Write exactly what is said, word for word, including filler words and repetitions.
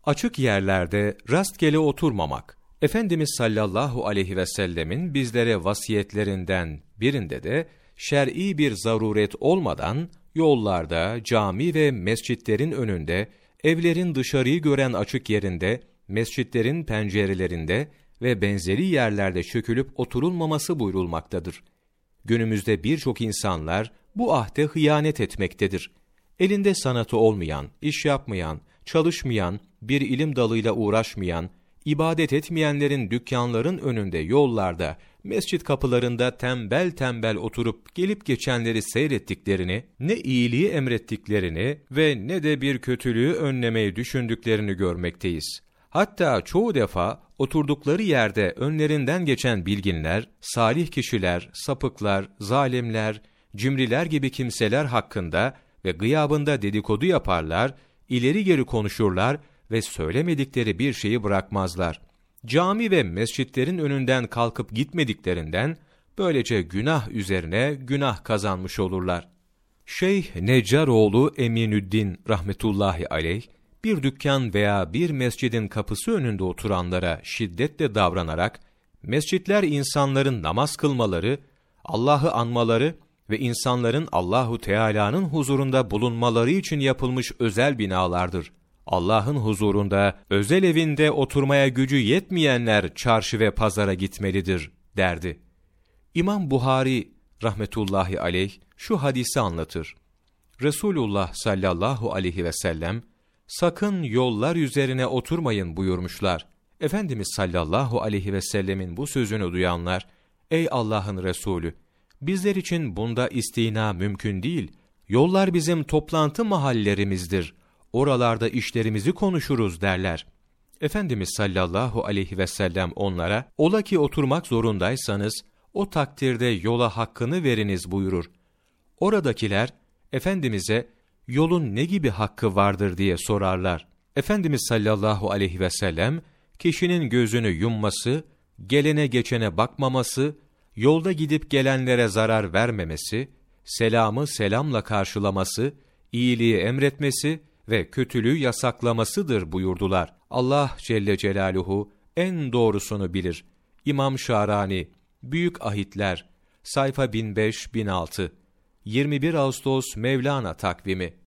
Açık yerlerde rastgele oturmamak. Efendimiz sallallahu aleyhi ve sellemin bizlere vasiyetlerinden birinde de şer'i bir zaruret olmadan yollarda, cami ve mescitlerin önünde, evlerin dışarıyı gören açık yerinde, mescitlerin pencerelerinde ve benzeri yerlerde çökülüp oturulmaması buyurulmaktadır. Günümüzde birçok insanlar bu ahde hıyanet etmektedir. Elinde sanatı olmayan, iş yapmayan, çalışmayan, bir ilim dalıyla uğraşmayan, ibadet etmeyenlerin dükkanların önünde, yollarda, mescit kapılarında tembel tembel oturup gelip geçenleri seyrettiklerini, ne iyiliği emrettiklerini ve ne de bir kötülüğü önlemeyi düşündüklerini görmekteyiz. Hatta çoğu defa oturdukları yerde önlerinden geçen bilginler, salih kişiler, sapıklar, zalimler, cimriler gibi kimseler hakkında ve gıyabında dedikodu yaparlar, ileri geri konuşurlar ve söylemedikleri bir şeyi bırakmazlar. Cami ve mescitlerin önünden kalkıp gitmediklerinden böylece günah üzerine günah kazanmış olurlar. Şeyh Neccaroğlu Eminüddin rahmetullahi aleyh, bir dükkan veya bir mescidin kapısı önünde oturanlara şiddetle davranarak, mescitler insanların namaz kılmaları, Allah'ı anmaları ve insanların Allahu Teala'nın huzurunda bulunmaları için yapılmış özel binalardır. Allah'ın huzurunda, özel evinde oturmaya gücü yetmeyenler çarşı ve pazara gitmelidir, derdi. İmam Buhari rahmetullahi aleyh şu hadisi anlatır. Resulullah sallallahu aleyhi ve sellem, sakın yollar üzerine oturmayın buyurmuşlar. Efendimiz sallallahu aleyhi ve sellemin bu sözünü duyanlar, ey Allah'ın Resulü, bizler için bunda istina mümkün değil. Yollar bizim toplantı mahallerimizdir. Oralarda işlerimizi konuşuruz derler. Efendimiz sallallahu aleyhi ve sellem onlara, ola ki oturmak zorundaysanız, o takdirde yola hakkını veriniz buyurur. Oradakiler, Efendimiz'e, yolun ne gibi hakkı vardır diye sorarlar. Efendimiz sallallahu aleyhi ve sellem, kişinin gözünü yumması, gelene geçene bakmaması, yolda gidip gelenlere zarar vermemesi, selamı selamla karşılaması, iyiliği emretmesi ve kötülüğü yasaklamasıdır buyurdular. Allah Celle Celaluhu en doğrusunu bilir. İmam Şarani, Büyük Ahitler, sayfa bin beş bin altı, yirmi bir Ağustos Mevlana takvimi.